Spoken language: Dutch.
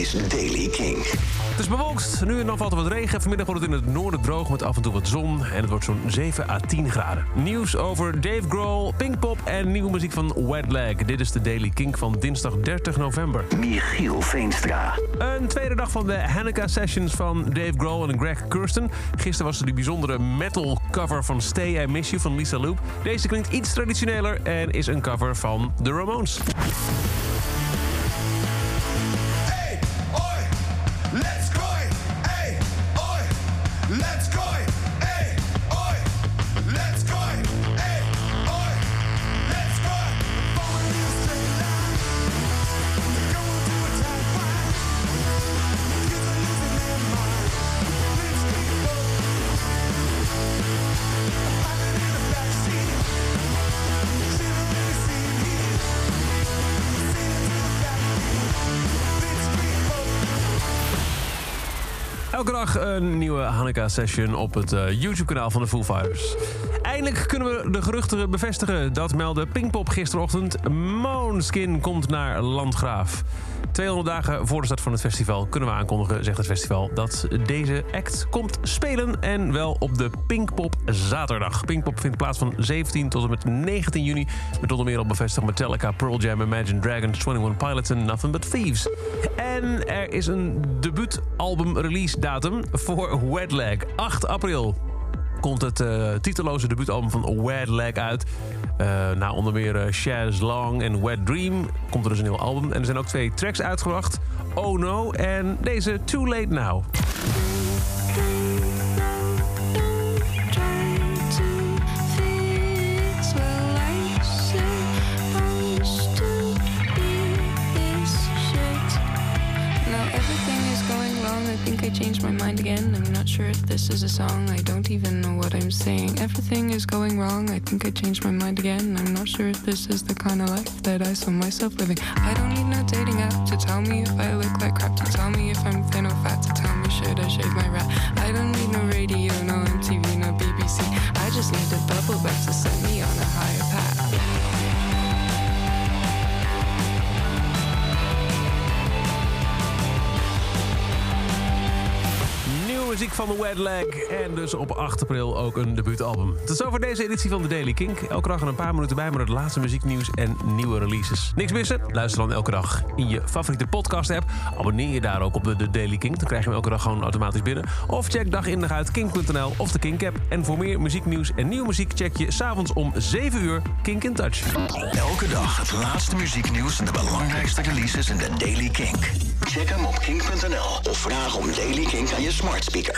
is Daily Kink. Het is bewolkt, nu en dan valt er wat regen. Vanmiddag wordt het in het noorden droog met af en toe wat zon. En het wordt zo'n 7 à 10 graden. Nieuws over Dave Grohl, Pinkpop en nieuwe muziek van Wet Leg. Dit is de Daily Kink van dinsdag 30 november. Michiel Veenstra. Een tweede dag van de Hanukkah Sessions van Dave Grohl en Greg Kurstin. Gisteren was er die bijzondere metal cover van Stay I Miss You van Lisa Loeb. Deze klinkt iets traditioneler en is een cover van The Ramones. Hey, oi, let's go. Hey, oi, let's go. Hey, oi, let's go. Hey, oi, let's go. Following a straight line, going to a tight line. Kids are losing their mind. Let's keep up. I'm in the backseat, chilling in the scene here. Singing to the backbeat. Let's keep up. Elke dag een nieuwe Hanukkah-session op het YouTube-kanaal van de Foo Fighters. Eindelijk kunnen we de geruchten bevestigen. Dat meldde Pinkpop gisterochtend. Måneskin komt naar Landgraaf. 200 dagen voor de start van het festival kunnen we aankondigen, zegt het festival, dat deze act komt spelen en wel op de Pinkpop zaterdag. Pinkpop vindt plaats van 17 tot en met 19 juni... met onder meer al bevestigd Metallica, Pearl Jam, Imagine Dragons, 21 Pilots en Nothing But Thieves. En er is een debuutalbum release datum voor Wet Leg. 8 april komt het titeloze debuutalbum van Wet Leg uit. Na onder meer Shaz Long en Wet Dream komt er dus een nieuw album. En er zijn ook 2 tracks uitgebracht. Oh No en deze Too Late Now. I think I changed my mind again. I'm not sure if this is a song. I don't even know what I'm saying. Everything is going wrong. I think I changed my mind again. I'm not sure if this is the kind of life that I saw myself living. I don't need no dating app to tell me if I look like crap, to tell me if I'm thin or fat, to tell me should I shave my rat. I don't need no radio, no MTV, no BBC. I just need a bubble bath to set me on a higher path. Muziek van de Wet Leg en dus op 8 april ook een debuutalbum. Tot zover deze editie van de Daily Kink. Elke dag een paar minuten bij met het laatste muzieknieuws en nieuwe releases. Niks missen? Luister dan elke dag in je favoriete podcast-app. Abonneer je daar ook op de Daily Kink. Dan krijg je hem elke dag gewoon automatisch binnen. Of check dag in dag uit kink.nl of de Kink-app. En voor meer muzieknieuws en nieuwe muziek check je 's avonds om 7 uur Kink in Touch. Elke dag het laatste muzieknieuws en de belangrijkste releases in de Daily Kink. Check hem op kink.nl of vraag om Daily Kink aan je smart speaker.